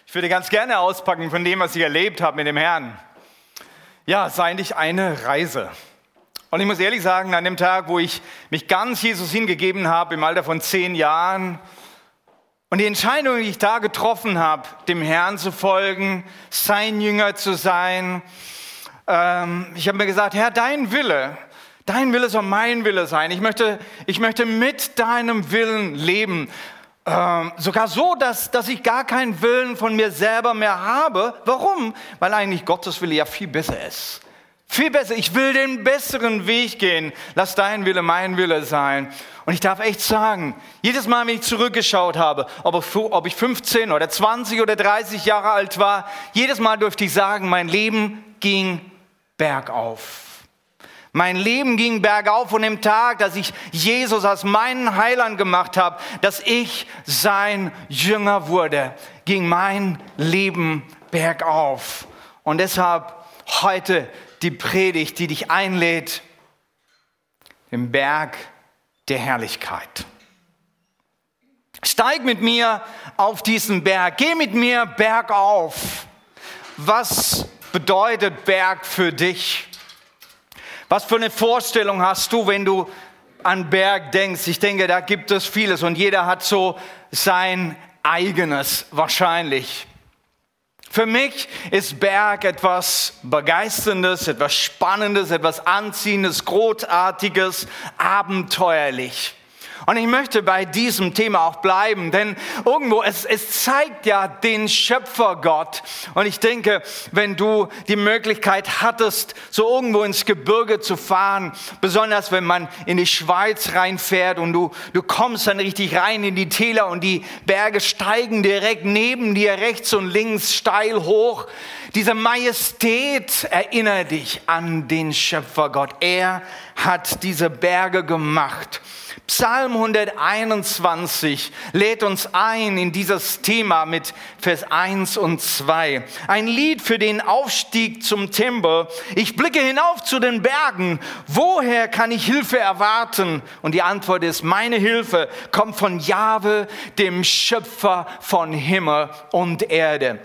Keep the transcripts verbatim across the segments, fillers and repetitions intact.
Ich würde ganz gerne auspacken von dem, was ich erlebt habe mit dem Herrn. Ja, es war eigentlich eine Reise. Und ich muss ehrlich sagen, an dem Tag, wo ich mich ganz Jesus hingegeben habe, im Alter von zehn Jahren, und die Entscheidung, die ich da getroffen habe, dem Herrn zu folgen, sein Jünger zu sein, ähm, ich habe mir gesagt, Herr, dein Wille, dein Wille soll mein Wille sein. Ich möchte, ich möchte mit deinem Willen leben. Ähm, sogar so, dass, dass ich gar keinen Willen von mir selber mehr habe. Warum? Weil eigentlich Gottes Wille ja viel besser ist. Viel besser. Ich will den besseren Weg gehen. Lass dein Wille mein Wille sein. Und ich darf echt sagen, jedes Mal, wenn ich zurückgeschaut habe, ob ich fünfzehn oder zwanzig oder dreißig Jahre alt war, jedes Mal durfte ich sagen, mein Leben ging bergauf. Mein Leben ging bergauf von dem Tag, dass ich Jesus als meinen Heiland gemacht habe, dass ich sein Jünger wurde, ging mein Leben bergauf. Und deshalb heute die Predigt, die dich einlädt, den Berg der Herrlichkeit. Steig mit mir auf diesen Berg, geh mit mir bergauf. Was bedeutet Berg für dich? Was für eine Vorstellung hast du, wenn du an Berg denkst? Ich denke, da gibt es vieles und jeder hat so sein eigenes wahrscheinlich. Für mich ist Berg etwas Begeisterndes, etwas Spannendes, etwas Anziehendes, Großartiges, abenteuerlich. Und ich möchte bei diesem Thema auch bleiben, denn irgendwo, es, es zeigt ja den Schöpfergott. Und ich denke, wenn du die Möglichkeit hattest, so irgendwo ins Gebirge zu fahren, besonders wenn man in die Schweiz reinfährt und du, du kommst dann richtig rein in die Täler und die Berge steigen direkt neben dir rechts und links steil hoch. Diese Majestät erinnert dich an den Schöpfergott. Er hat diese Berge gemacht. Psalm hunderteinundzwanzig lädt uns ein in dieses Thema mit Vers eins und zwei. Ein Lied für den Aufstieg zum Tempel. Ich blicke hinauf zu den Bergen. Woher kann ich Hilfe erwarten? Und die Antwort ist, meine Hilfe kommt von Jahwe, dem Schöpfer von Himmel und Erde.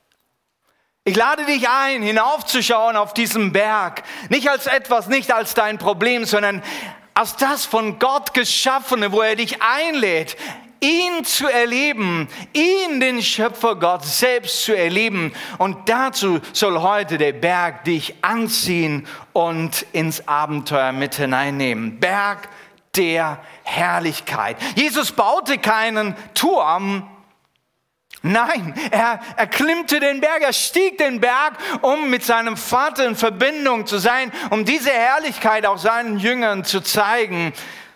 Ich lade dich ein, hinaufzuschauen auf diesen Berg. Nicht als etwas, nicht als dein Problem, sondern als das von Gott Geschaffene, wo er dich einlädt, ihn zu erleben, ihn, den Schöpfer Gott selbst zu erleben. Und dazu soll heute der Berg dich anziehen und ins Abenteuer mit hineinnehmen. Berg der Herrlichkeit. Jesus baute keinen Turm. Nein, er erklimmte den Berg, er stieg den Berg, um mit seinem Vater in Verbindung zu sein, um diese Herrlichkeit auch seinen Jüngern zu zeigen.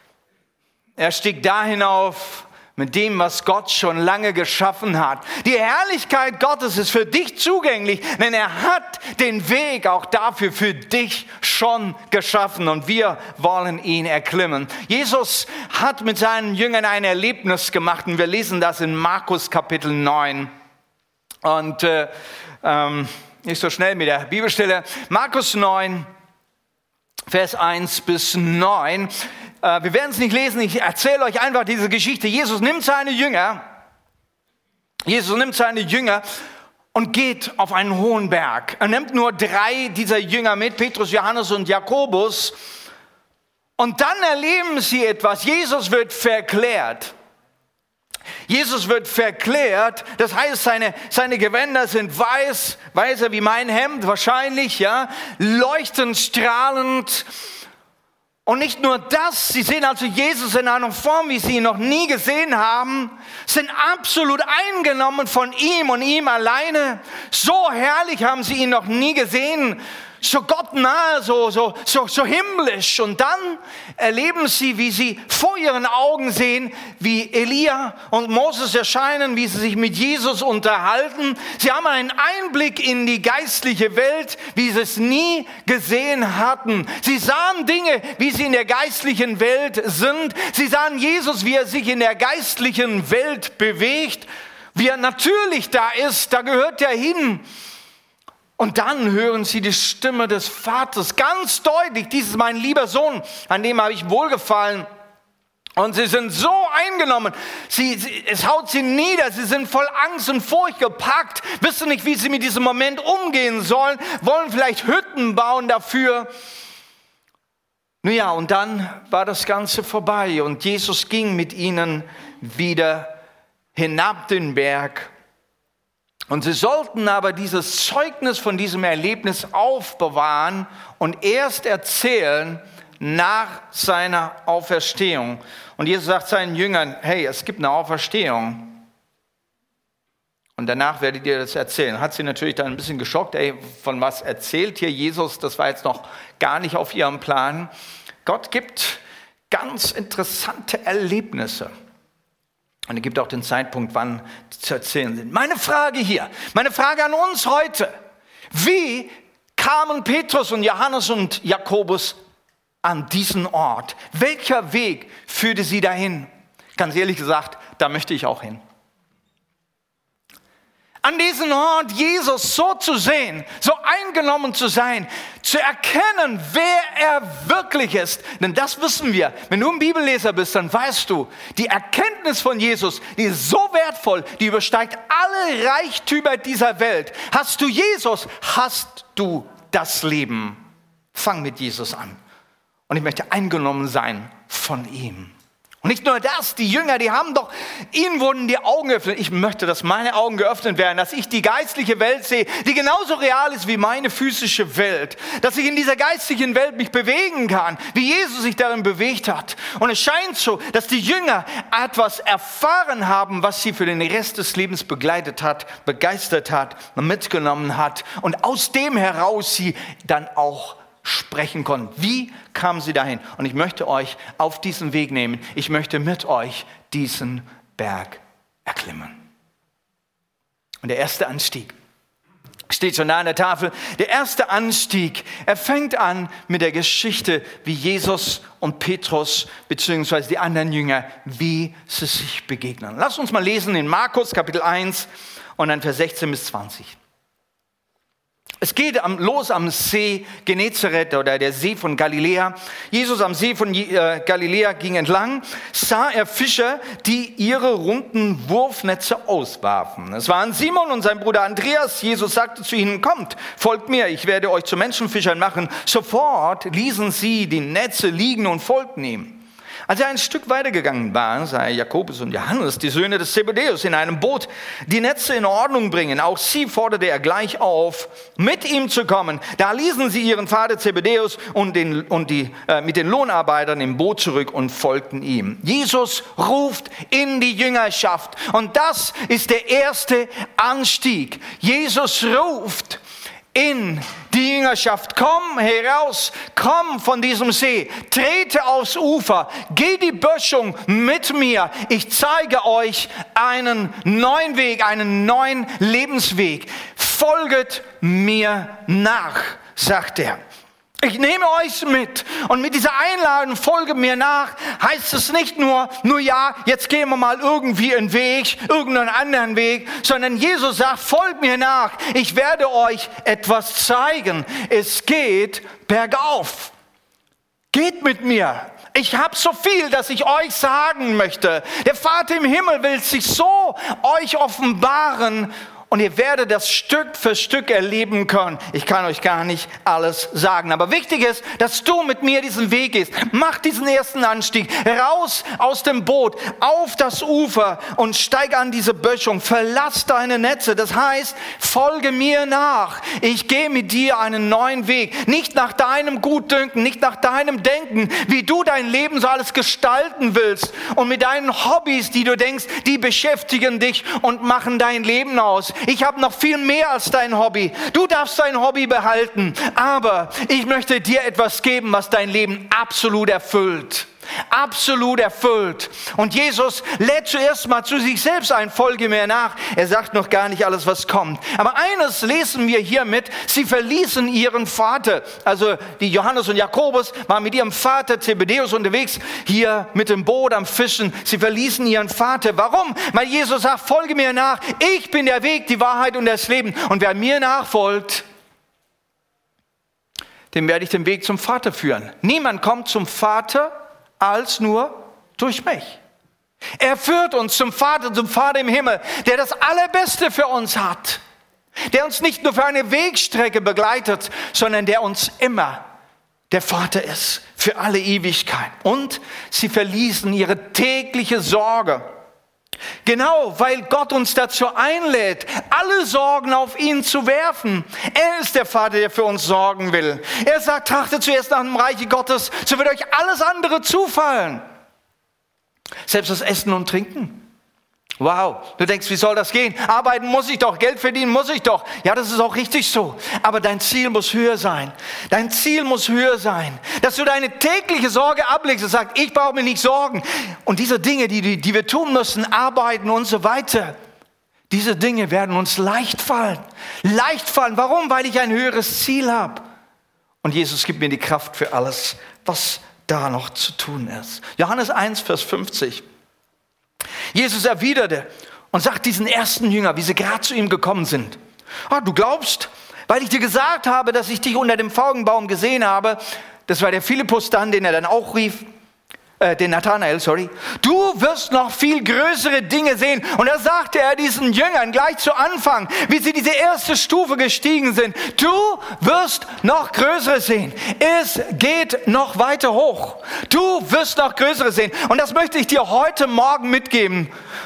Er stieg da hinauf mit dem, was Gott schon lange geschaffen hat. Die Herrlichkeit Gottes ist für dich zugänglich, denn er hat den Weg auch dafür für dich schon geschaffen und wir wollen ihn erklimmen. Jesus hat mit seinen Jüngern ein Erlebnis gemacht und wir lesen das in Markus Kapitel neun. Und äh, ähm, nicht so schnell mit der Bibelstelle. Markus neun, Vers eins bis neun. Wir werden es nicht lesen, ich erzähle euch einfach diese Geschichte. Jesus nimmt seine Jünger, Jesus nimmt seine Jünger und geht auf einen hohen Berg. Er nimmt nur drei dieser Jünger mit, Petrus, Johannes und Jakobus. Und dann erleben sie etwas. Jesus wird verklärt. Jesus wird verklärt, das heißt, seine, seine Gewänder sind weiß, weißer wie mein Hemd wahrscheinlich, ja, leuchtend, strahlend. Und nicht nur das, sie sehen also Jesus in einer Form, wie sie ihn noch nie gesehen haben, sind absolut eingenommen von ihm und ihm alleine. So herrlich haben sie ihn noch nie gesehen, so gottnahe, so, so, so, so himmlisch. Und dann erleben sie, wie sie vor ihren Augen sehen, wie Elia und Moses erscheinen, wie sie sich mit Jesus unterhalten. Sie haben einen Einblick in die geistliche Welt, wie sie es nie gesehen hatten. Sie sahen Dinge, wie sie in der geistlichen Welt sind. Sie sahen Jesus, wie er sich in der geistlichen Welt bewegt, wie er natürlich da ist, da gehört er hin. Und dann hören sie die Stimme des Vaters ganz deutlich. Dies ist mein lieber Sohn, an dem habe ich wohlgefallen. Und sie sind so eingenommen, sie, sie, es haut sie nieder, sie sind voll Angst und Furcht gepackt, wissen nicht, wie sie mit diesem Moment umgehen sollen, wollen vielleicht Hütten bauen dafür. Nun ja, und dann war das Ganze vorbei und Jesus ging mit ihnen wieder hinab den Berg. Und sie sollten aber dieses Zeugnis von diesem Erlebnis aufbewahren und erst erzählen nach seiner Auferstehung. Und Jesus sagt seinen Jüngern, hey, es gibt eine Auferstehung. Und danach werdet ihr das erzählen. Hat sie natürlich dann ein bisschen geschockt, ey, von was erzählt hier Jesus? Das war jetzt noch gar nicht auf ihrem Plan. Gott gibt ganz interessante Erlebnisse. Und er gibt auch den Zeitpunkt, wann die zu erzählen sind. Meine Frage hier, meine Frage an uns heute. Wie kamen Petrus und Johannes und Jakobus an diesen Ort? Welcher Weg führte sie dahin? Ganz ehrlich gesagt, da möchte ich auch hin. An diesen Ort Jesus so zu sehen, so eingenommen zu sein, zu erkennen, wer er wirklich ist. Denn das wissen wir. Wenn du ein Bibelleser bist, dann weißt du, die Erkenntnis von Jesus, die ist so wertvoll, die übersteigt alle Reichtümer dieser Welt. Hast du Jesus, hast du das Leben. Fang mit Jesus an. Und ich möchte eingenommen sein von ihm. Und nicht nur das, die Jünger, die haben doch, ihnen wurden die Augen geöffnet. Ich möchte, dass meine Augen geöffnet werden, dass ich die geistliche Welt sehe, die genauso real ist wie meine physische Welt. Dass ich in dieser geistlichen Welt mich bewegen kann, wie Jesus sich darin bewegt hat. Und es scheint so, dass die Jünger etwas erfahren haben, was sie für den Rest des Lebens begleitet hat, begeistert hat, mitgenommen hat. Und aus dem heraus sie dann auch sprechen konnten. Wie kamen sie dahin? Und ich möchte euch auf diesen Weg nehmen. Ich möchte mit euch diesen Berg erklimmen. Und der erste Anstieg steht schon da an der Tafel. Der erste Anstieg, er fängt an mit der Geschichte, wie Jesus und Petrus beziehungsweise die anderen Jünger, wie sie sich begegnen. Lass uns mal lesen in Markus Kapitel eins und dann Vers sechzehn bis zwanzig. Es geht los am See Genezareth oder der See von Galiläa. Jesus am See von Galiläa ging entlang, sah er Fischer, die ihre runden Wurfnetze auswarfen. Es waren Simon und sein Bruder Andreas. Jesus sagte zu ihnen, kommt, folgt mir, ich werde euch zu Menschenfischern machen. Sofort ließen sie die Netze liegen und folgten ihm. Als er ein Stück weitergegangen war, sah er Jakobus und Johannes, die Söhne des Zebedäus, in einem Boot die Netze in Ordnung bringen. Auch sie forderte er gleich auf, mit ihm zu kommen. Da ließen sie ihren Vater Zebedäus und, den, und die, äh, mit den Lohnarbeitern im Boot zurück und folgten ihm. Jesus ruft in die Jüngerschaft und das ist der erste Anstieg. Jesus ruft in die Jüngerschaft, komm heraus, komm von diesem See, trete aufs Ufer, geh die Böschung mit mir. Ich zeige euch einen neuen Weg, einen neuen Lebensweg. Folget mir nach, sagt er. Ich nehme euch mit und mit dieser Einladung, folge mir nach, heißt es nicht nur, nur ja, jetzt gehen wir mal irgendwie einen Weg, irgendeinen anderen Weg, sondern Jesus sagt, folgt mir nach, ich werde euch etwas zeigen. Es geht bergauf. Geht mit mir. Ich habe so viel, das ich euch sagen möchte. Der Vater im Himmel will sich so euch offenbaren. Und ihr werdet das Stück für Stück erleben können. Ich kann euch gar nicht alles sagen. Aber wichtig ist, dass du mit mir diesen Weg gehst. Mach diesen ersten Anstieg. Raus aus dem Boot, auf das Ufer und steig an diese Böschung. Verlass deine Netze. Das heißt, folge mir nach. Ich gehe mit dir einen neuen Weg. Nicht nach deinem Gutdünken, nicht nach deinem Denken, wie du dein Leben so alles gestalten willst. Und mit deinen Hobbys, die du denkst, die beschäftigen dich und machen dein Leben aus. Ich habe noch viel mehr als dein Hobby. Du darfst dein Hobby behalten, aber ich möchte dir etwas geben, was dein Leben absolut erfüllt. Absolut erfüllt. Und Jesus lädt zuerst mal zu sich selbst ein, folge mir nach. Er sagt noch gar nicht alles, was kommt. Aber eines lesen wir hier mit, sie verließen ihren Vater. Also die Johannes und Jakobus waren mit ihrem Vater Zebedäus unterwegs, hier mit dem Boot am Fischen. Sie verließen ihren Vater. Warum? Weil Jesus sagt, folge mir nach. Ich bin der Weg, die Wahrheit und das Leben. Und wer mir nachfolgt, dem werde ich den Weg zum Vater führen. Niemand kommt zum Vater als nur durch mich. Er führt uns zum Vater, zum Vater im Himmel, der das Allerbeste für uns hat. Der uns nicht nur für eine Wegstrecke begleitet, sondern der uns immer der Vater ist für alle Ewigkeit. Und sie verließen ihre tägliche Sorge. Genau, weil Gott uns dazu einlädt, alle Sorgen auf ihn zu werfen. Er ist der Vater, der für uns sorgen will. Er sagt, trachtet zuerst nach dem Reich Gottes, so wird euch alles andere zufallen. Selbst das Essen und Trinken. Wow, du denkst, wie soll das gehen? Arbeiten muss ich doch, Geld verdienen muss ich doch. Ja, das ist auch richtig so. Aber dein Ziel muss höher sein. Dein Ziel muss höher sein. Dass du deine tägliche Sorge ablegst und sagst, ich brauche mir nicht sorgen. Und diese Dinge, die, die wir tun müssen, arbeiten und so weiter, diese Dinge werden uns leicht fallen. Leicht fallen. Warum? Weil ich ein höheres Ziel habe. Und Jesus gibt mir die Kraft für alles, was da noch zu tun ist. Johannes eins, Vers fünfzig. Jesus erwiderte und sagt diesen ersten Jünger, wie sie gerade zu ihm gekommen sind. Ah, du glaubst, weil ich dir gesagt habe, dass ich dich unter dem Feigenbaum gesehen habe. Das war der Philippus dann, den er dann auch rief. Äh, den Nathanael, sorry. Du wirst noch viel größere Dinge sehen. Und da sagte er diesen Jüngern gleich zu Anfang, wie sie diese erste Stufe gestiegen sind. Du wirst noch größere sehen. Es geht noch weiter hoch. Du wirst noch größere sehen. Und das möchte ich dir heute Morgen mitgeben.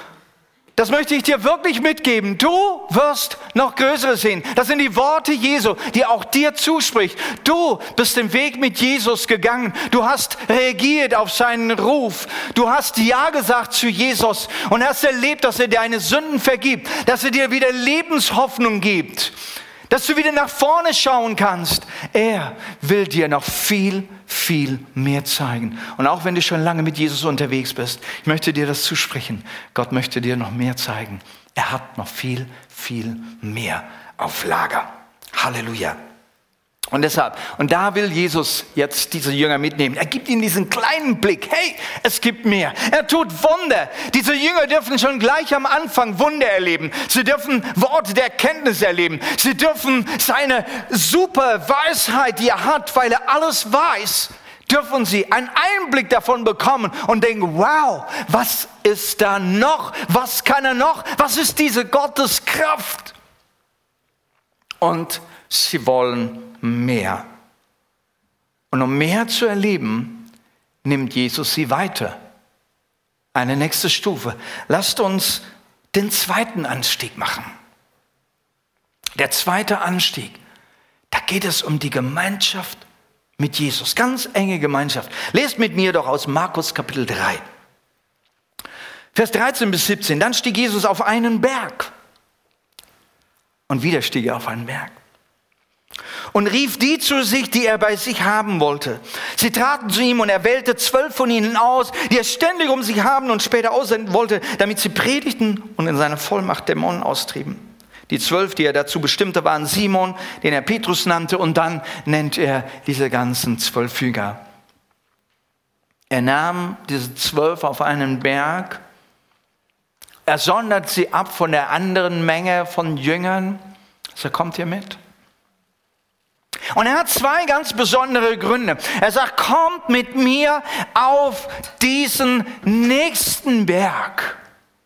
Das möchte ich dir wirklich mitgeben. Du wirst noch Größeres sehen. Das sind die Worte Jesu, die auch dir zuspricht. Du bist den Weg mit Jesus gegangen. Du hast reagiert auf seinen Ruf. Du hast Ja gesagt zu Jesus und hast erlebt, dass er deine Sünden vergibt, dass er dir wieder Lebenshoffnung gibt, dass du wieder nach vorne schauen kannst. Er will dir noch viel, viel mehr zeigen. Und auch wenn du schon lange mit Jesus unterwegs bist, ich möchte dir das zusprechen. Gott möchte dir noch mehr zeigen. Er hat noch viel, viel mehr auf Lager. Halleluja. Und deshalb, und da will Jesus jetzt diese Jünger mitnehmen. Er gibt ihnen diesen kleinen Blick. Hey, es gibt mehr. Er tut Wunder. Diese Jünger dürfen schon gleich am Anfang Wunder erleben. Sie dürfen Worte der Erkenntnis erleben. Sie dürfen seine super Weisheit, die er hat, weil er alles weiß, dürfen sie einen Einblick davon bekommen und denken, wow, was ist da noch? Was kann er noch? Was ist diese Gotteskraft? Und sie wollen mehr. Und um mehr zu erleben, nimmt Jesus sie weiter. Eine nächste Stufe. Lasst uns den zweiten Anstieg machen. Der zweite Anstieg, da geht es um die Gemeinschaft mit Jesus. Ganz enge Gemeinschaft. Lest mit mir doch aus Markus Kapitel drei. Vers dreizehn bis siebzehn. Dann stieg Jesus auf einen Berg. Und wieder stieg er auf einen Berg. Und rief die zu sich, die er bei sich haben wollte. Sie traten zu ihm und er wählte zwölf von ihnen aus, die er ständig um sich haben und später aussenden wollte, damit sie predigten und in seiner Vollmacht Dämonen austrieben. Die zwölf, die er dazu bestimmte, waren Simon, den er Petrus nannte, und dann nennt er diese ganzen zwölf Jünger. Er nahm diese zwölf auf einen Berg, er sondert sie ab von der anderen Menge von Jüngern. So, kommt ihr mit? Und er hat zwei ganz besondere Gründe. Er sagt, kommt mit mir auf diesen nächsten Berg.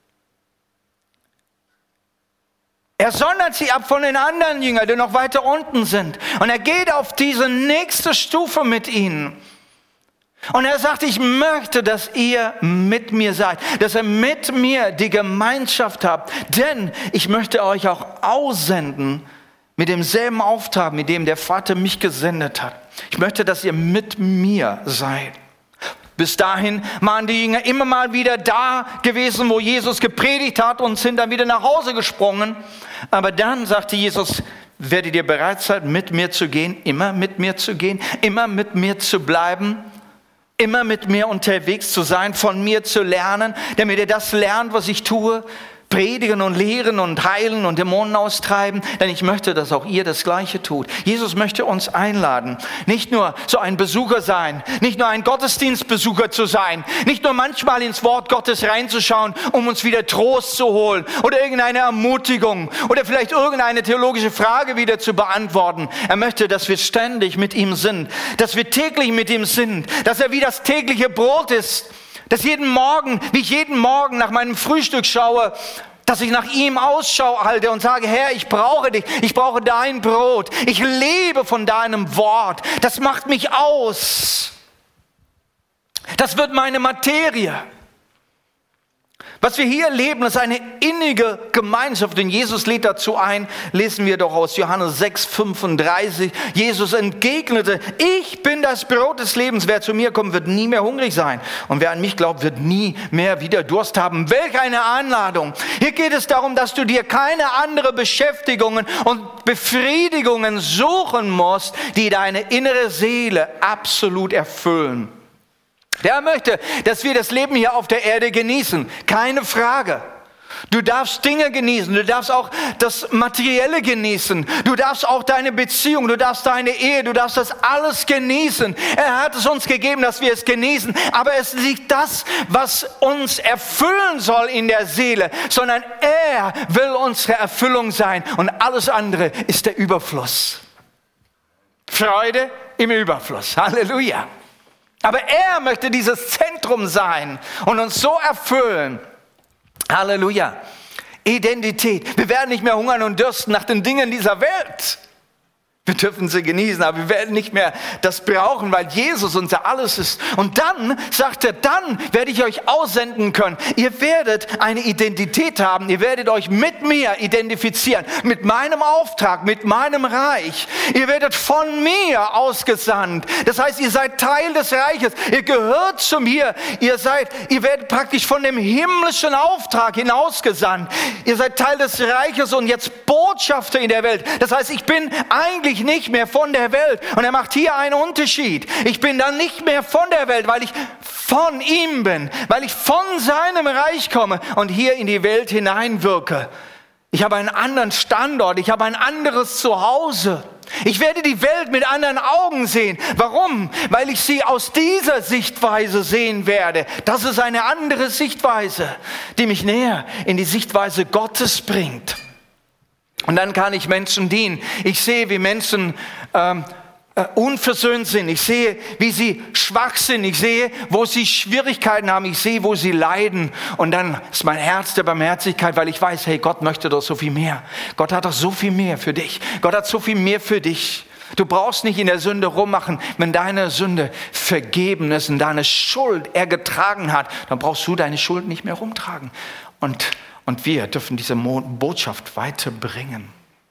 Er sondert sie ab von den anderen Jüngern, die noch weiter unten sind. Und er geht auf diese nächste Stufe mit ihnen. Und er sagt, ich möchte, dass ihr mit mir seid, dass ihr mit mir die Gemeinschaft habt. Denn ich möchte euch auch aussenden mit demselben Auftrag, mit dem der Vater mich gesendet hat. Ich möchte, dass ihr mit mir seid. Bis dahin waren die Jünger immer mal wieder da gewesen, wo Jesus gepredigt hat, und sind dann wieder nach Hause gesprungen. Aber dann sagte Jesus, werdet ihr bereit sein, mit mir zu gehen, immer mit mir zu gehen, immer mit mir zu bleiben, immer mit mir unterwegs zu sein, von mir zu lernen, damit ihr das lernt, was ich tue, predigen und lehren und heilen und Dämonen austreiben, denn ich möchte, dass auch ihr das Gleiche tut. Jesus möchte uns einladen, nicht nur so ein Besucher sein, nicht nur ein Gottesdienstbesucher zu sein, nicht nur manchmal ins Wort Gottes reinzuschauen, um uns wieder Trost zu holen oder irgendeine Ermutigung oder vielleicht irgendeine theologische Frage wieder zu beantworten. Er möchte, dass wir ständig mit ihm sind, dass wir täglich mit ihm sind, dass er wie das tägliche Brot ist, Dass jeden Morgen, wie ich jeden Morgen nach meinem Frühstück schaue, dass ich nach ihm Ausschau halte und sage, Herr, ich brauche dich, ich brauche dein Brot, ich lebe von deinem Wort. Das macht mich aus. Das wird meine Materie. Was wir hier erleben, ist eine innige Gemeinschaft. Und Jesus lädt dazu ein, lesen wir doch aus Johannes sechs, fünfunddreißig. Jesus entgegnete, ich bin das Brot des Lebens. Wer zu mir kommt, wird nie mehr hungrig sein. Und wer an mich glaubt, wird nie mehr wieder Durst haben. Welch eine Einladung. Hier geht es darum, dass du dir keine andere Beschäftigungen und Befriedigungen suchen musst, die deine innere Seele absolut erfüllen. Der möchte, dass wir das Leben hier auf der Erde genießen. Keine Frage. Du darfst Dinge genießen. Du darfst auch das Materielle genießen. Du darfst auch deine Beziehung. Du darfst deine Ehe. Du darfst das alles genießen. Er hat es uns gegeben, dass wir es genießen. Aber es ist nicht das, was uns erfüllen soll in der Seele, sondern er will unsere Erfüllung sein. Und alles andere ist der Überfluss. Freude im Überfluss. Halleluja. Aber er möchte dieses Zentrum sein und uns so erfüllen. Halleluja. Identität. Wir werden nicht mehr hungern und dürsten nach den Dingen dieser Welt. Wir dürfen sie genießen, aber wir werden nicht mehr das brauchen, weil Jesus unser Alles ist. Und dann, sagt er, dann werde ich euch aussenden können. Ihr werdet eine Identität haben. Ihr werdet euch mit mir identifizieren. Mit meinem Auftrag, mit meinem Reich. Ihr werdet von mir ausgesandt. Das heißt, ihr seid Teil des Reiches. Ihr gehört zu mir. Ihr seid, ihr werdet praktisch von dem himmlischen Auftrag hinausgesandt. Ihr seid Teil des Reiches und jetzt Botschafter in der Welt. Das heißt, ich bin eigentlich nicht mehr von der Welt. Und er macht hier einen Unterschied. Ich bin dann nicht mehr von der Welt, weil ich von ihm bin, weil ich von seinem Reich komme und hier in die Welt hineinwirke. Ich habe einen anderen Standort, ich habe ein anderes Zuhause. Ich werde die Welt mit anderen Augen sehen. Warum? Weil ich sie aus dieser Sichtweise sehen werde. Das ist eine andere Sichtweise, die mich näher in die Sichtweise Gottes bringt. Und dann kann ich Menschen dienen. Ich sehe, wie Menschen ähm, äh, unversöhnt sind. Ich sehe, wie sie schwach sind. Ich sehe, wo sie Schwierigkeiten haben. Ich sehe, wo sie leiden. Und dann ist mein Herz der Barmherzigkeit, weil ich weiß, hey, Gott möchte doch so viel mehr. Gott hat doch so viel mehr für dich. Gott hat so viel mehr für dich. Du brauchst nicht in der Sünde rummachen. Wenn deine Sünde vergeben ist und deine Schuld er getragen hat, dann brauchst du deine Schuld nicht mehr rumtragen. Und Und wir dürfen diese Botschaft weiterbringen.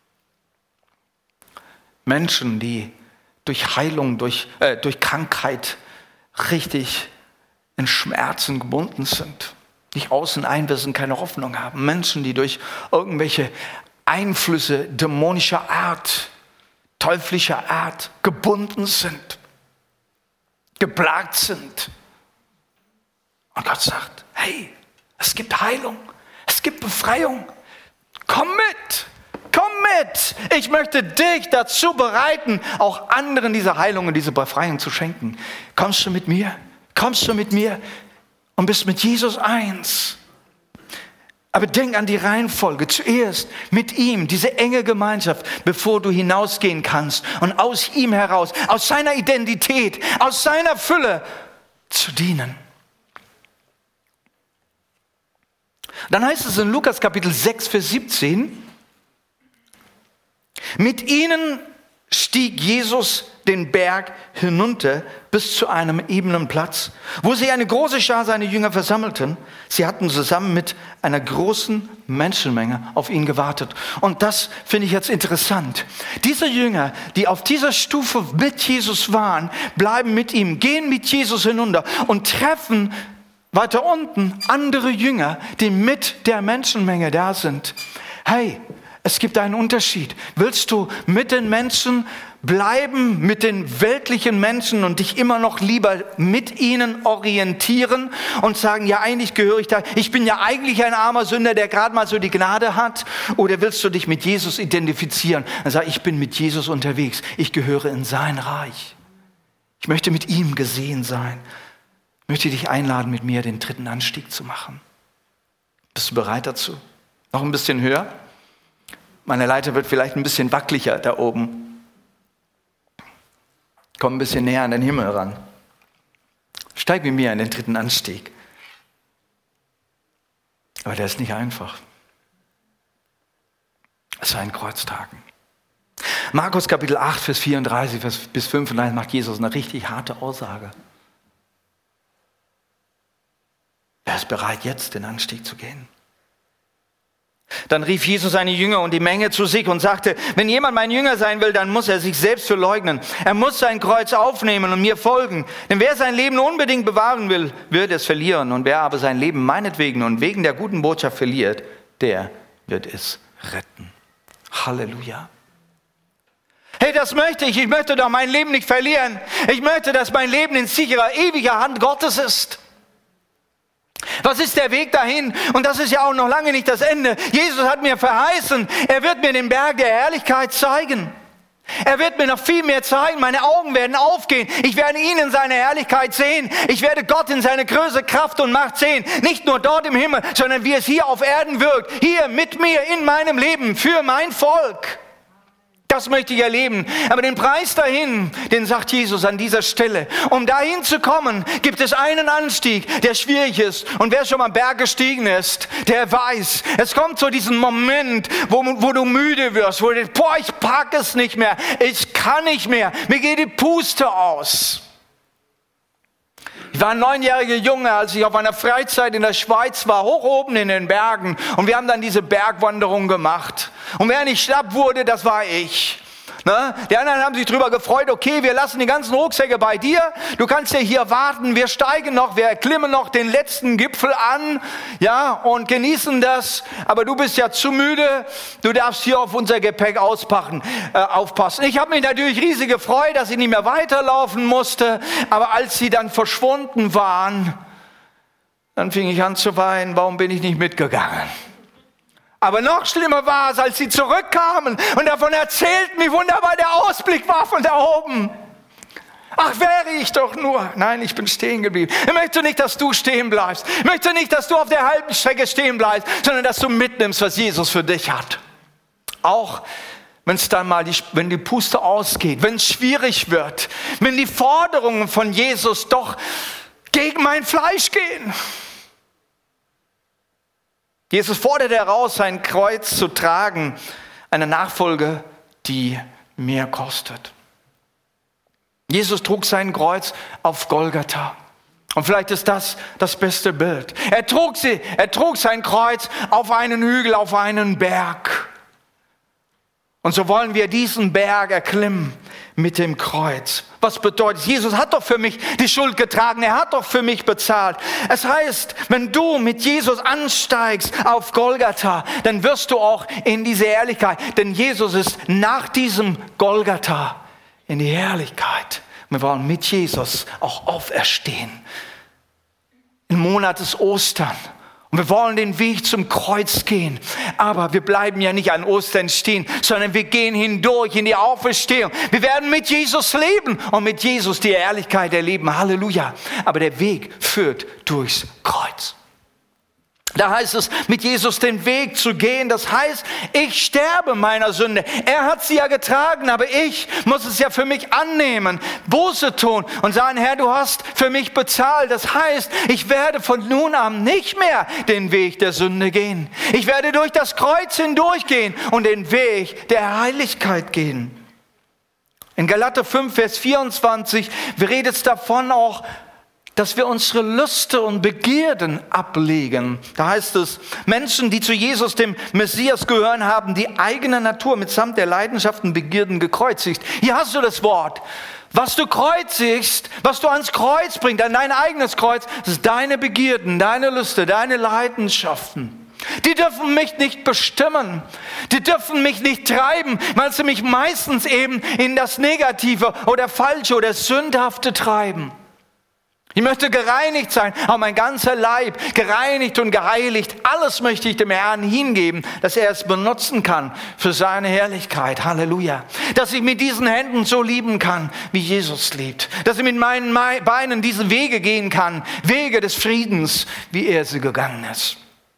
Menschen, die durch Heilung, durch, äh, durch Krankheit richtig in Schmerzen gebunden sind, nicht außen ein wissen, keine Hoffnung haben. Menschen, die durch irgendwelche Einflüsse dämonischer Art, teuflischer Art gebunden sind, geplagt sind. Und Gott sagt, hey, es gibt Heilung. Es gibt Befreiung. Komm mit. Komm mit. Ich möchte dich dazu bereiten, auch anderen diese Heilung und diese Befreiung zu schenken. Kommst du mit mir? Kommst du mit mir und bist mit Jesus eins? Aber denk an die Reihenfolge. Zuerst mit ihm, diese enge Gemeinschaft, bevor du hinausgehen kannst und aus ihm heraus, aus seiner Identität, aus seiner Fülle zu dienen. Dann heißt es in Lukas Kapitel sechs, Vers siebzehn, mit ihnen stieg Jesus den Berg hinunter bis zu einem ebenen Platz, wo sich eine große Schar seiner Jünger versammelten. Sie hatten zusammen mit einer großen Menschenmenge auf ihn gewartet. Und das finde ich jetzt interessant. Diese Jünger, die auf dieser Stufe mit Jesus waren, bleiben mit ihm, gehen mit Jesus hinunter und treffen weiter unten andere Jünger, die mit der Menschenmenge da sind. Hey, es gibt einen Unterschied. Willst du mit den Menschen bleiben, mit den weltlichen Menschen und dich immer noch lieber mit ihnen orientieren und sagen, ja, eigentlich gehöre ich da, ich bin ja eigentlich ein armer Sünder, der gerade mal so die Gnade hat? Oder willst du dich mit Jesus identifizieren und sagen, ich bin mit Jesus unterwegs, ich gehöre in sein Reich. Ich möchte mit ihm gesehen sein. Ich möchte dich einladen, mit mir den dritten Anstieg zu machen. Bist du bereit dazu? Noch ein bisschen höher? Meine Leiter wird vielleicht ein bisschen wackeliger da oben. Komm ein bisschen näher an den Himmel ran. Steig mit mir in den dritten Anstieg. Aber der ist nicht einfach. Es war ein Kreuz tragen. Markus Kapitel acht, Vers vierunddreißig bis fünfunddreißig macht Jesus eine richtig harte Aussage. Wer ist bereit, jetzt den Anstieg zu gehen? Dann rief Jesus seine Jünger und die Menge zu sich und sagte, wenn jemand mein Jünger sein will, dann muss er sich selbst verleugnen. Er muss sein Kreuz aufnehmen und mir folgen. Denn wer sein Leben unbedingt bewahren will, wird es verlieren. Und wer aber sein Leben meinetwegen und wegen der guten Botschaft verliert, der wird es retten. Halleluja. Hey, das möchte ich. Ich möchte doch mein Leben nicht verlieren. Ich möchte, dass mein Leben in sicherer, ewiger Hand Gottes ist. Was ist der Weg dahin? Und das ist ja auch noch lange nicht das Ende. Jesus hat mir verheißen, er wird mir den Berg der Herrlichkeit zeigen. Er wird mir noch viel mehr zeigen. Meine Augen werden aufgehen. Ich werde ihn in seiner Herrlichkeit sehen. Ich werde Gott in seine Größe, Kraft und Macht sehen. Nicht nur dort im Himmel, sondern wie es hier auf Erden wirkt. Hier mit mir in meinem Leben für mein Volk. Das möchte ich erleben. Aber den Preis dahin, den sagt Jesus an dieser Stelle. Um dahin zu kommen, gibt es einen Anstieg, der schwierig ist. Und wer schon mal Berg gestiegen ist, der weiß, es kommt zu diesem Moment, wo, wo du müde wirst, wo du denkst, boah, ich pack es nicht mehr, ich kann nicht mehr, mir geht die Puste aus. Ich war ein neunjähriger Junge, als ich auf einer Freizeit in der Schweiz war, hoch oben in den Bergen. Und wir haben dann diese Bergwanderung gemacht. Und wer nicht schlapp wurde, das war ich. Ne? Die anderen haben sich darüber gefreut, okay, wir lassen die ganzen Rucksäcke bei dir. Du kannst ja hier warten, wir steigen noch, wir klimmen noch den letzten Gipfel an, ja, und genießen das. Aber du bist ja zu müde, du darfst hier auf unser Gepäck auspacken, äh, aufpassen. Ich habe mich natürlich riesig gefreut, dass ich nicht mehr weiterlaufen musste. Aber als sie dann verschwunden waren, dann fing ich an zu weinen, warum bin ich nicht mitgegangen? Aber noch schlimmer war es, als sie zurückkamen und davon erzählten, wie wunderbar der Ausblick war von da oben. Ach, wäre ich doch nur. Nein, ich bin stehen geblieben. Ich möchte nicht, dass du stehen bleibst. Ich möchte nicht, dass du auf der halben Strecke stehen bleibst, sondern dass du mitnimmst, was Jesus für dich hat. Auch wenn es dann mal, die, wenn die Puste ausgeht, wenn es schwierig wird, wenn die Forderungen von Jesus doch gegen mein Fleisch gehen. Jesus fordert heraus, sein Kreuz zu tragen, eine Nachfolge, die mehr kostet. Jesus trug sein Kreuz auf Golgatha. Und vielleicht ist das das beste Bild. Er trug sie, er trug sein Kreuz auf einen Hügel, auf einen Berg. Und so wollen wir diesen Berg erklimmen mit dem Kreuz. Was bedeutet, Jesus hat doch für mich die Schuld getragen, er hat doch für mich bezahlt. Es heißt, wenn du mit Jesus ansteigst auf Golgatha, dann wirst du auch in diese Herrlichkeit, denn Jesus ist nach diesem Golgatha in die Herrlichkeit. Wir wollen mit Jesus auch auferstehen. Im Monat des Ostern. Und wir wollen den Weg zum Kreuz gehen. Aber wir bleiben ja nicht an Ostern stehen, sondern wir gehen hindurch in die Auferstehung. Wir werden mit Jesus leben und mit Jesus die Ehrlichkeit erleben. Halleluja. Aber der Weg führt durchs Kreuz. Da heißt es, mit Jesus den Weg zu gehen. Das heißt, ich sterbe meiner Sünde. Er hat sie ja getragen, aber ich muss es ja für mich annehmen, Buße tun und sagen, Herr, du hast für mich bezahlt. Das heißt, ich werde von nun an nicht mehr den Weg der Sünde gehen. Ich werde durch das Kreuz hindurchgehen und den Weg der Heiligkeit gehen. In Galater fünf, Vers vierundzwanzig redet es davon auch, dass wir unsere Lüste und Begierden ablegen. Da heißt es, Menschen, die zu Jesus, dem Messias, gehören, haben die eigene Natur mitsamt der Leidenschaften, Begierden gekreuzigt. Hier hast du das Wort. Was du kreuzigst, was du ans Kreuz bringst, an dein eigenes Kreuz, das ist deine Begierden, deine Lüste, deine Leidenschaften. Die dürfen mich nicht bestimmen. Die dürfen mich nicht treiben, weil sie mich meistens eben in das Negative oder Falsche oder Sündhafte treiben. Ich möchte gereinigt sein, auch mein ganzer Leib, gereinigt und geheiligt. Alles möchte ich dem Herrn hingeben, dass er es benutzen kann für seine Herrlichkeit. Halleluja. Dass ich mit diesen Händen so lieben kann, wie Jesus liebt. Dass ich mit meinen Beinen diese Wege gehen kann, Wege des Friedens, wie er sie gegangen ist.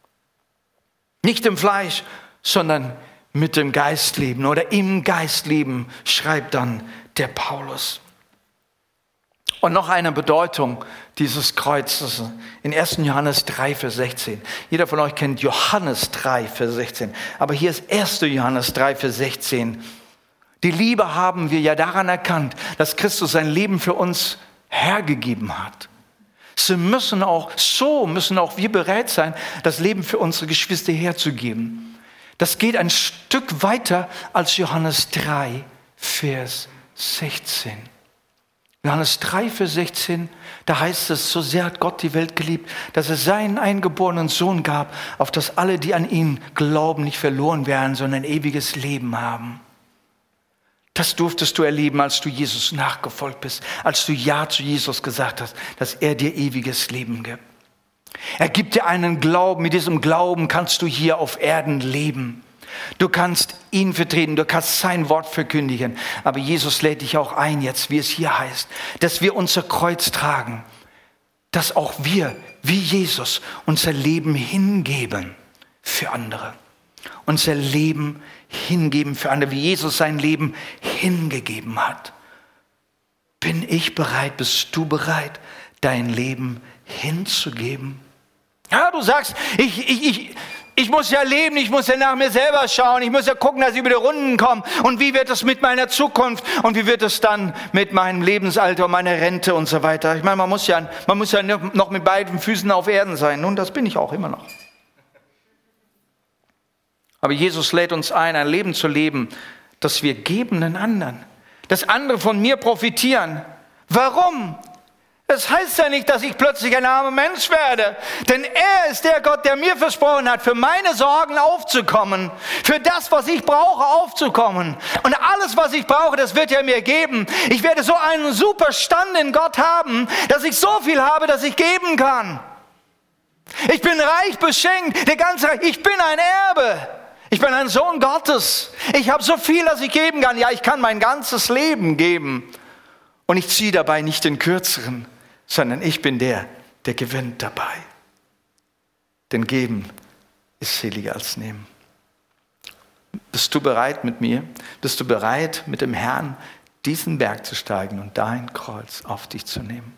Nicht im Fleisch, sondern mit dem Geist leben oder im Geist leben, schreibt dann der Paulus. Und noch eine Bedeutung dieses Kreuzes in ersten Johannes drei, Vers sechzehn. Jeder von euch kennt Johannes drei, Vers sechzehn. Aber hier ist ersten Johannes drei, Vers sechzehn. Die Liebe haben wir ja daran erkannt, dass Christus sein Leben für uns hergegeben hat. So müssen auch, so müssen auch wir bereit sein, das Leben für unsere Geschwister herzugeben. Das geht ein Stück weiter als Johannes drei, Vers sechzehn. Johannes drei, Vers sechzehn, da heißt es, so sehr hat Gott die Welt geliebt, dass er seinen eingeborenen Sohn gab, auf dass alle, die an ihn glauben, nicht verloren werden, sondern ein ewiges Leben haben. Das durftest du erleben, als du Jesus nachgefolgt bist, als du Ja zu Jesus gesagt hast, dass er dir ewiges Leben gibt. Er gibt dir einen Glauben, mit diesem Glauben kannst du hier auf Erden leben. Du kannst ihn vertreten, du kannst sein Wort verkündigen. Aber Jesus lädt dich auch ein jetzt, wie es hier heißt, dass wir unser Kreuz tragen. Dass auch wir, wie Jesus, unser Leben hingeben für andere. Unser Leben hingeben für andere, wie Jesus sein Leben hingegeben hat. Bin ich bereit, bist du bereit, dein Leben hinzugeben? Ja, du sagst, ich... ich, ich Ich muss ja leben, ich muss ja nach mir selber schauen, ich muss ja gucken, dass ich über die Runden komme. Und wie wird es mit meiner Zukunft und wie wird es dann mit meinem Lebensalter und meiner Rente und so weiter? Ich meine, man muss ja, man muss ja noch mit beiden Füßen auf Erden sein. Nun, das bin ich auch immer noch. Aber Jesus lädt uns ein, ein Leben zu leben, das wir geben den anderen. Dass andere von mir profitieren. Warum? Das heißt ja nicht, dass ich plötzlich ein armer Mensch werde. Denn er ist der Gott, der mir versprochen hat, für meine Sorgen aufzukommen. Für das, was ich brauche, aufzukommen. Und alles, was ich brauche, das wird er mir geben. Ich werde so einen super Stand in Gott haben, dass ich so viel habe, dass ich geben kann. Ich bin reich beschenkt. Der ganze Reich. Ich bin ein Erbe. Ich bin ein Sohn Gottes. Ich habe so viel, dass ich geben kann. Ja, ich kann mein ganzes Leben geben. Und ich ziehe dabei nicht den Kürzeren, sondern ich bin der, der gewinnt dabei. Denn geben ist seliger als nehmen. Bist du bereit mit mir? Bist du bereit, mit dem Herrn diesen Berg zu steigen und dein Kreuz auf dich zu nehmen?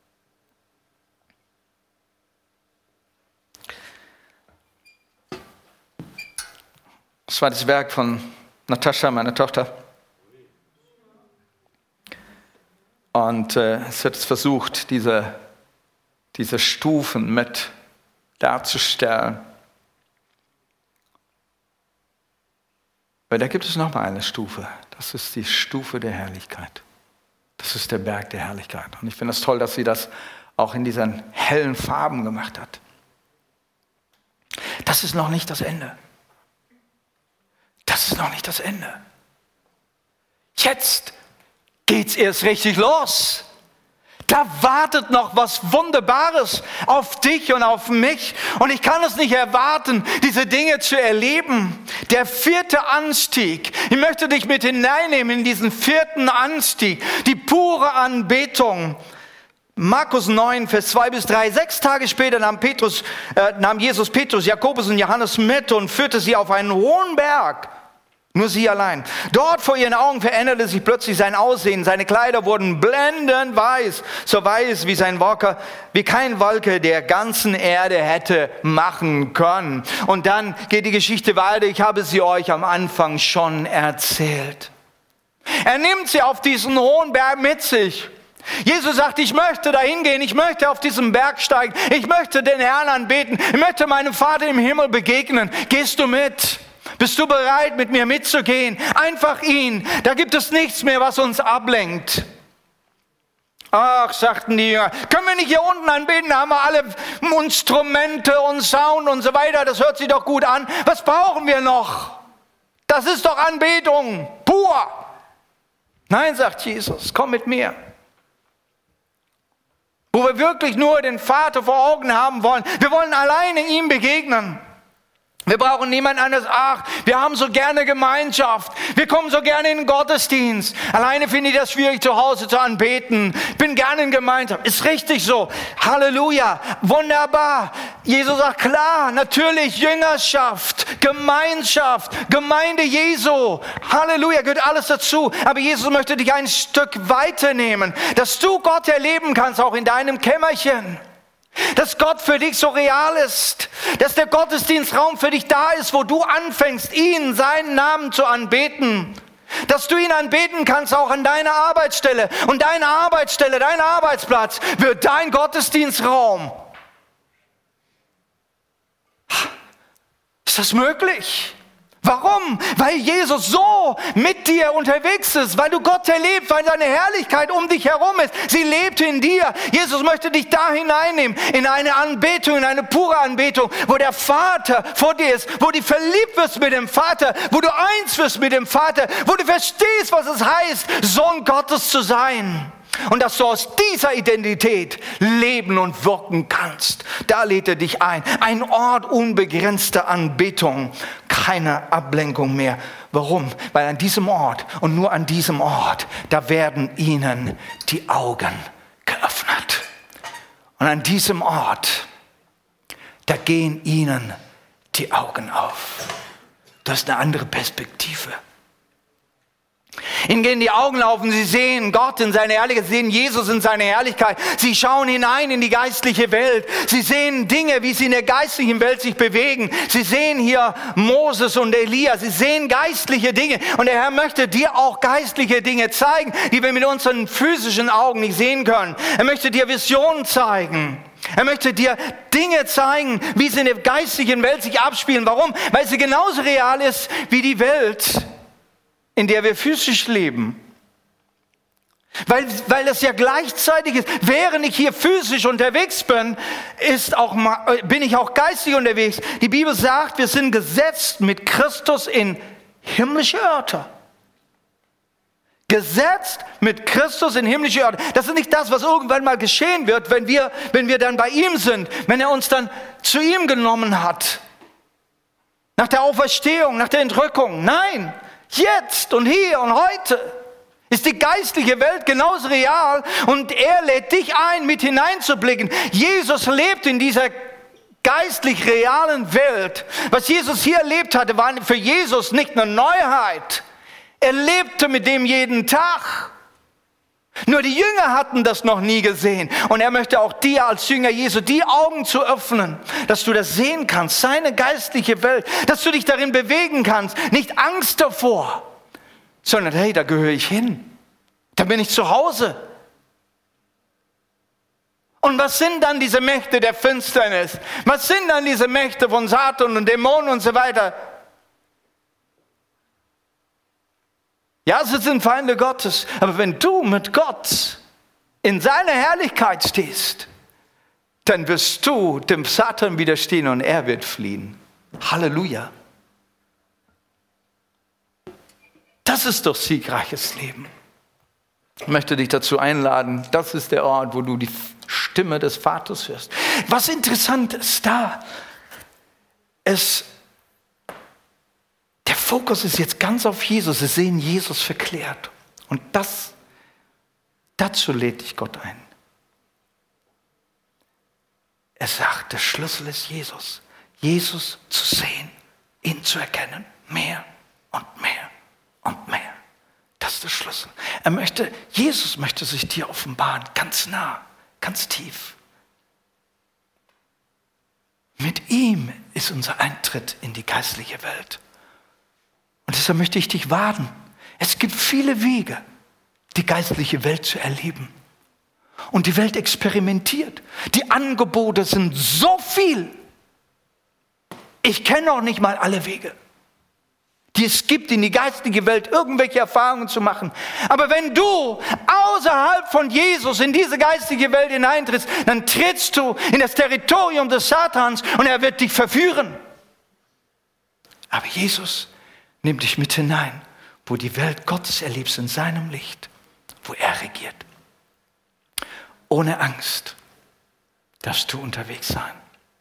Das war das Werk von Natascha, meiner Tochter. Und äh, es wird versucht, diese, diese Stufen mit darzustellen. Weil da gibt es noch mal eine Stufe. Das ist die Stufe der Herrlichkeit. Das ist der Berg der Herrlichkeit. Und ich finde es toll, dass sie das auch in diesen hellen Farben gemacht hat. Das ist noch nicht das Ende. Das ist noch nicht das Ende. Jetzt geht's erst richtig los. Da wartet noch was Wunderbares auf dich und auf mich. Und ich kann es nicht erwarten, diese Dinge zu erleben. Der vierte Anstieg. Ich möchte dich mit hineinnehmen in diesen vierten Anstieg. Die pure Anbetung. Markus neun, Vers zwei bis drei. Sechs Tage später nahm, Petrus, äh, nahm Jesus Petrus, Jakobus und Johannes mit und führte sie auf einen hohen Berg. Nur sie allein. Dort vor ihren Augen veränderte sich plötzlich sein Aussehen. Seine Kleider wurden blendend weiß, so weiß wie sein Wolke, wie kein Wolke der ganzen Erde hätte machen können. Und dann geht die Geschichte weiter. Ich habe sie euch am Anfang schon erzählt. Er nimmt sie auf diesen hohen Berg mit sich. Jesus sagt, ich möchte dahin gehen, ich möchte auf diesen Berg steigen, ich möchte den Herrn anbeten, ich möchte meinem Vater im Himmel begegnen. Gehst du mit? Bist du bereit, mit mir mitzugehen? Einfach ihn. Da gibt es nichts mehr, was uns ablenkt. Ach, sagten die Jünger, können wir nicht hier unten anbeten? Da haben wir alle Instrumente und Sound und so weiter. Das hört sich doch gut an. Was brauchen wir noch? Das ist doch Anbetung. Pur. Nein, sagt Jesus, komm mit mir. Wo wir wirklich nur den Vater vor Augen haben wollen. Wir wollen alleine ihm begegnen. Wir brauchen niemand anderes. Ach, wir haben so gerne Gemeinschaft. Wir kommen so gerne in den Gottesdienst. Alleine finde ich das schwierig, zu Hause zu anbeten. Bin gerne in Gemeinschaft. Ist richtig so. Halleluja. Wunderbar. Jesus sagt, klar, natürlich Jüngerschaft. Gemeinschaft, Gemeinde Jesu. Halleluja, gehört alles dazu. Aber Jesus möchte dich ein Stück weiternehmen, dass du Gott erleben kannst, auch in deinem Kämmerchen. Dass Gott für dich so real ist, dass der Gottesdienstraum für dich da ist, wo du anfängst, ihn, seinen Namen zu anbeten. Dass du ihn anbeten kannst, auch an deiner Arbeitsstelle. Und deine Arbeitsstelle, dein Arbeitsplatz wird dein Gottesdienstraum. Ist das möglich? Warum? Weil Jesus so mit dir unterwegs ist, weil du Gott erlebst, weil seine Herrlichkeit um dich herum ist. Sie lebt in dir. Jesus möchte dich da hineinnehmen, in eine Anbetung, in eine pure Anbetung, wo der Vater vor dir ist, wo du verliebt wirst mit dem Vater, wo du eins wirst mit dem Vater, wo du verstehst, was es heißt, Sohn Gottes zu sein. Und dass du aus dieser Identität leben und wirken kannst. Da lädt er dich ein. Ein Ort unbegrenzter Anbetung. Keine Ablenkung mehr. Warum? Weil an diesem Ort und nur an diesem Ort, da werden ihnen die Augen geöffnet. Und an diesem Ort, da gehen ihnen die Augen auf. Das ist eine andere Perspektive. Ihnen gehen die Augen auf und sie sehen Gott in seiner Herrlichkeit, sie sehen Jesus in seiner Herrlichkeit. Sie schauen hinein in die geistliche Welt. Sie sehen Dinge, wie sie in der geistlichen Welt sich bewegen. Sie sehen hier Moses und Elia. Sie sehen geistliche Dinge. Und der Herr möchte dir auch geistliche Dinge zeigen, die wir mit unseren physischen Augen nicht sehen können. Er möchte dir Visionen zeigen. Er möchte dir Dinge zeigen, wie sie in der geistlichen Welt sich abspielen. Warum? Weil sie genauso real ist wie die Welt, in der wir physisch leben. Weil, weil es ja gleichzeitig ist, während ich hier physisch unterwegs bin, ist auch, bin ich auch geistig unterwegs. Die Bibel sagt, wir sind gesetzt mit Christus in himmlische Örter. Gesetzt mit Christus in himmlische Orte. Das ist nicht das, was irgendwann mal geschehen wird, wenn wir, wenn wir dann bei ihm sind, wenn er uns dann zu ihm genommen hat. Nach der Auferstehung, nach der Entrückung. Nein, jetzt und hier und heute ist die geistliche Welt genauso real und er lädt dich ein, mit hineinzublicken. Jesus lebt in dieser geistlich realen Welt. Was Jesus hier erlebt hatte, war für Jesus nicht eine Neuheit. Er lebte mit dem jeden Tag. Nur die Jünger hatten das noch nie gesehen. Und er möchte auch dir als Jünger Jesu die Augen zu öffnen, dass du das sehen kannst, seine geistliche Welt, dass du dich darin bewegen kannst. Nicht Angst davor, sondern hey, da gehöre ich hin. Da bin ich zu Hause. Und was sind dann diese Mächte der Finsternis? Was sind dann diese Mächte von Satan und Dämonen und so weiter? Ja, sie sind Feinde Gottes, aber wenn du mit Gott in seiner Herrlichkeit stehst, dann wirst du dem Satan widerstehen und er wird fliehen. Halleluja. Das ist doch siegreiches Leben. Ich möchte dich dazu einladen, das ist der Ort, wo du die Stimme des Vaters hörst. Was interessant ist da, ist, der Fokus ist jetzt ganz auf Jesus. Sie sehen Jesus verklärt. Und das, dazu lädt dich Gott ein. Er sagt, der Schlüssel ist Jesus. Jesus zu sehen, ihn zu erkennen. Mehr und mehr und mehr. Das ist der Schlüssel. Er möchte, Jesus möchte sich dir offenbaren, ganz nah, ganz tief. Mit ihm ist unser Eintritt in die geistliche Welt. Und deshalb möchte ich dich warnen. Es gibt viele Wege, die geistliche Welt zu erleben. Und die Welt experimentiert. Die Angebote sind so viel. Ich kenne auch nicht mal alle Wege, die es gibt, in die geistliche Welt irgendwelche Erfahrungen zu machen. Aber wenn du außerhalb von Jesus in diese geistige Welt hineintrittst, dann trittst du in das Territorium des Satans und er wird dich verführen. Aber Jesus nimmt dich mit hinein, wo die Welt Gottes erlebst, in seinem Licht, wo er regiert. Ohne Angst darfst du unterwegs sein.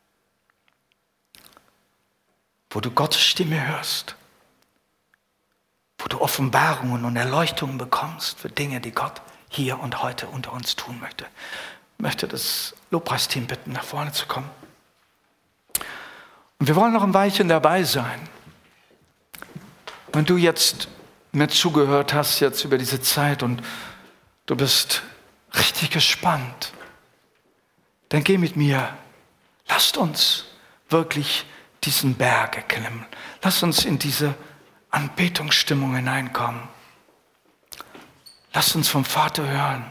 Wo du Gottes Stimme hörst, wo du Offenbarungen und Erleuchtungen bekommst für Dinge, die Gott hier und heute unter uns tun möchte. Ich möchte das Lobpreisteam bitten, nach vorne zu kommen. Und wir wollen noch ein Weilchen dabei sein. Wenn du jetzt mir zugehört hast jetzt über diese Zeit und du bist richtig gespannt, dann geh mit mir. Lasst uns wirklich diesen Berg erklimmen. Lasst uns in diese Anbetungsstimmung hineinkommen. Lasst uns vom Vater hören.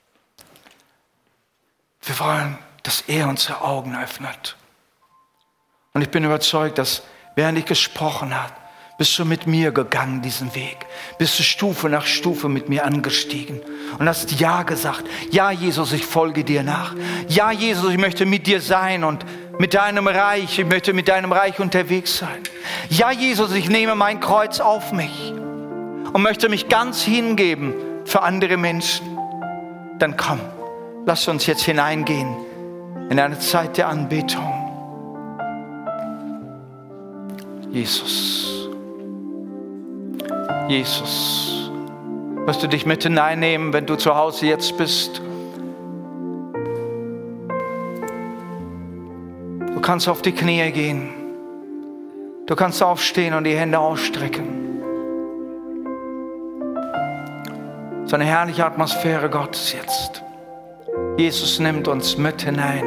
Wir wollen, dass er unsere Augen öffnet. Und ich bin überzeugt, dass während ich gesprochen habe, bist du mit mir gegangen, diesen Weg. Bist du Stufe nach Stufe mit mir angestiegen und hast Ja gesagt. Ja, Jesus, ich folge dir nach. Ja, Jesus, ich möchte mit dir sein und mit deinem Reich. Ich möchte mit deinem Reich unterwegs sein. Ja, Jesus, ich nehme mein Kreuz auf mich und möchte mich ganz hingeben für andere Menschen. Dann komm, lass uns jetzt hineingehen in eine Zeit der Anbetung. Jesus. Jesus, wirst du dich mit hineinnehmen, wenn du zu Hause jetzt bist? Du kannst auf die Knie gehen. Du kannst aufstehen und die Hände ausstrecken. So eine herrliche Atmosphäre Gottes jetzt. Jesus nimmt uns mit hinein.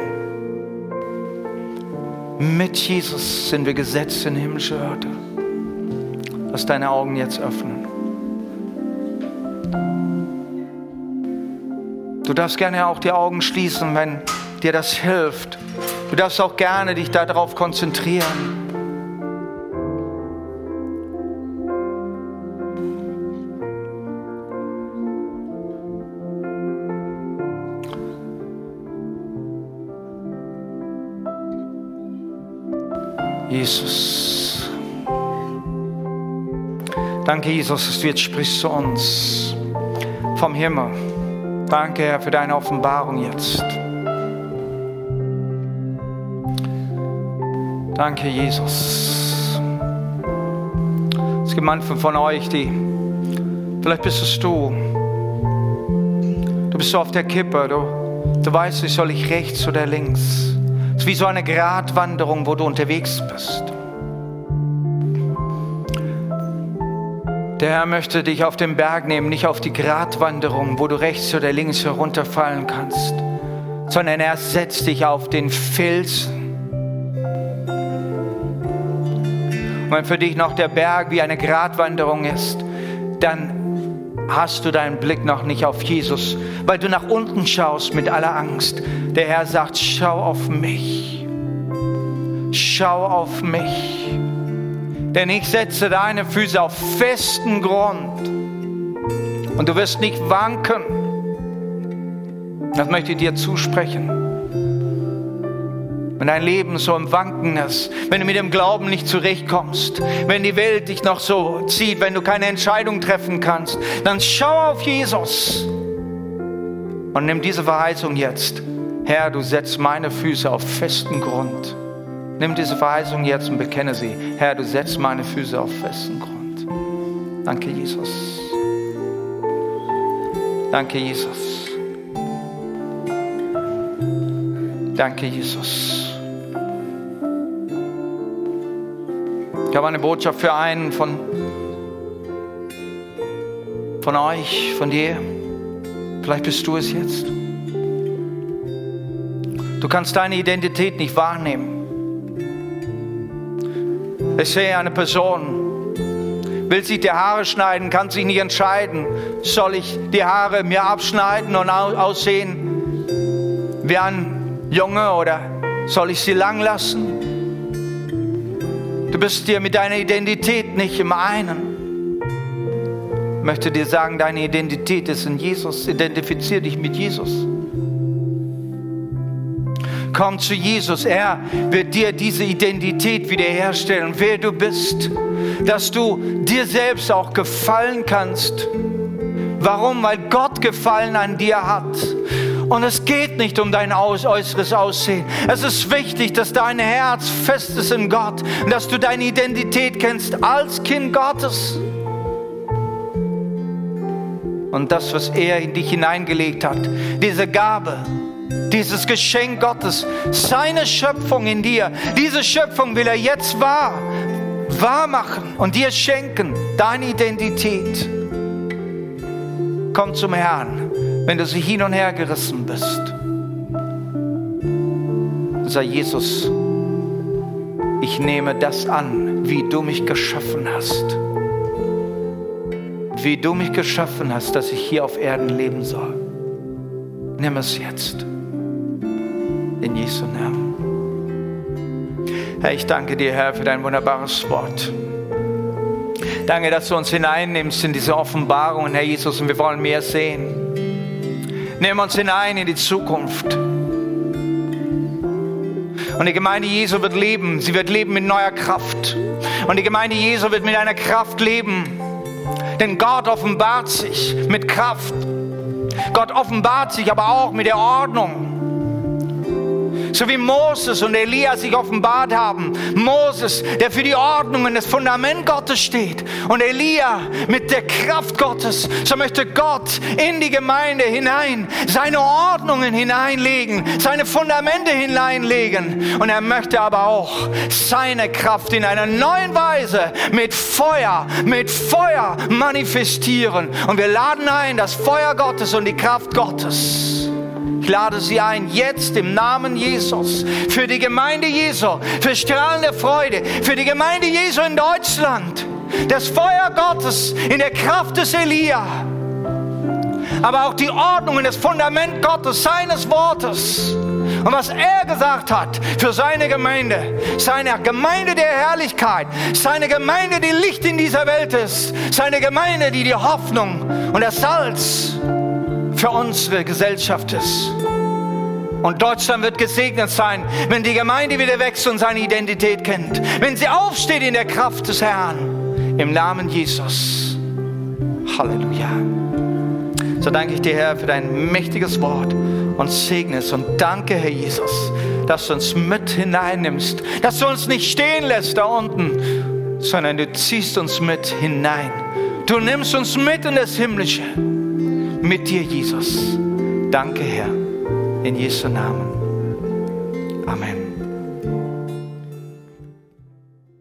Mit Jesus sind wir gesetzt in himmlische Orte. Lass deine Augen jetzt öffnen. Du darfst gerne auch die Augen schließen, wenn dir das hilft. Du darfst auch gerne dich darauf konzentrieren. Jesus. Danke, Jesus, dass du jetzt sprichst zu uns vom Himmel. Danke, Herr, für deine Offenbarung jetzt. Danke, Jesus. Es gibt manche von euch, die, vielleicht bist es du. Du bist so auf der Kippe, du, du weißt nicht, soll ich rechts oder links. Es ist wie so eine Gratwanderung, wo du unterwegs bist. Der Herr möchte dich auf den Berg nehmen, nicht auf die Gratwanderung, wo du rechts oder links herunterfallen kannst, sondern er setzt dich auf den Felsen. Und wenn für dich noch der Berg wie eine Gratwanderung ist, dann hast du deinen Blick noch nicht auf Jesus, weil du nach unten schaust mit aller Angst. Der Herr sagt, schau auf mich. Schau auf mich. Denn ich setze deine Füße auf festen Grund. Und du wirst nicht wanken. Das möchte ich dir zusprechen. Wenn dein Leben so im Wanken ist, wenn du mit dem Glauben nicht zurechtkommst, wenn die Welt dich noch so zieht, wenn du keine Entscheidung treffen kannst, dann schau auf Jesus und nimm diese Verheißung jetzt. Herr, du setzt meine Füße auf festen Grund. Nimm diese Verheißung jetzt und bekenne sie. Herr, du setzt meine Füße auf festen Grund. Danke, Jesus. Danke, Jesus. Danke, Jesus. Ich habe eine Botschaft für einen von, von euch, von dir. Vielleicht bist du es jetzt. Du kannst deine Identität nicht wahrnehmen. Ich sehe eine Person, will sich die Haare schneiden, kann sich nicht entscheiden. Soll ich die Haare mir abschneiden und aussehen wie ein Junge oder soll ich sie lang lassen? Du bist dir mit deiner Identität nicht im einen. Ich möchte dir sagen, deine Identität ist in Jesus. Identifizier dich mit Jesus. Komm zu Jesus, er wird dir diese Identität wiederherstellen, wer du bist, dass du dir selbst auch gefallen kannst. Warum? Weil Gott Gefallen an dir hat. Und es geht nicht um dein äußeres Aussehen. Es ist wichtig, dass dein Herz fest ist in Gott und dass du deine Identität kennst als Kind Gottes. Und das, was er in dich hineingelegt hat, diese Gabe, dieses Geschenk Gottes, seine Schöpfung in dir. Diese Schöpfung will er jetzt wahr, wahr machen und dir schenken, deine Identität. Komm zum Herrn, wenn du so hin und her gerissen bist. Sag Jesus, ich nehme das an, wie du mich geschaffen hast. Wie du mich geschaffen hast, dass ich hier auf Erden leben soll. Nimm es jetzt. In Jesu Namen. Herr, ich danke dir, Herr, für dein wunderbares Wort. Danke, dass du uns hineinnimmst in diese Offenbarungen, Herr Jesus, und wir wollen mehr sehen. Nimm uns hinein in die Zukunft. Und die Gemeinde Jesu wird leben. Sie wird leben mit neuer Kraft. Und die Gemeinde Jesu wird mit einer Kraft leben. Denn Gott offenbart sich mit Kraft. Gott offenbart sich aber auch mit der Ordnung. So wie Moses und Elia sich offenbart haben. Moses, der für die Ordnungen des Fundament Gottes steht. Und Elia mit der Kraft Gottes. So möchte Gott in die Gemeinde hinein seine Ordnungen hineinlegen. Seine Fundamente hineinlegen. Und er möchte aber auch seine Kraft in einer neuen Weise mit Feuer, mit Feuer manifestieren. Und wir laden ein, das Feuer Gottes und die Kraft Gottes. Ich lade Sie ein, jetzt im Namen Jesus, für die Gemeinde Jesu, für strahlende Freude, für die Gemeinde Jesu in Deutschland, das Feuer Gottes in der Kraft des Elia, aber auch die Ordnungen, das Fundament Gottes, seines Wortes und was er gesagt hat für seine Gemeinde, seine Gemeinde der Herrlichkeit, seine Gemeinde, die Licht in dieser Welt ist, seine Gemeinde, die die Hoffnung und das Salz für unsere Gesellschaft ist. Und Deutschland wird gesegnet sein, wenn die Gemeinde wieder wächst und seine Identität kennt. Wenn sie aufsteht in der Kraft des Herrn. Im Namen Jesus. Halleluja. So danke ich dir, Herr, für dein mächtiges Wort und segne es. Und danke, Herr Jesus, dass du uns mit hineinnimmst. Dass du uns nicht stehen lässt da unten, sondern du ziehst uns mit hinein. Du nimmst uns mit in das Himmlische. Mit dir, Jesus. Danke, Herr. In Jesu Namen. Amen.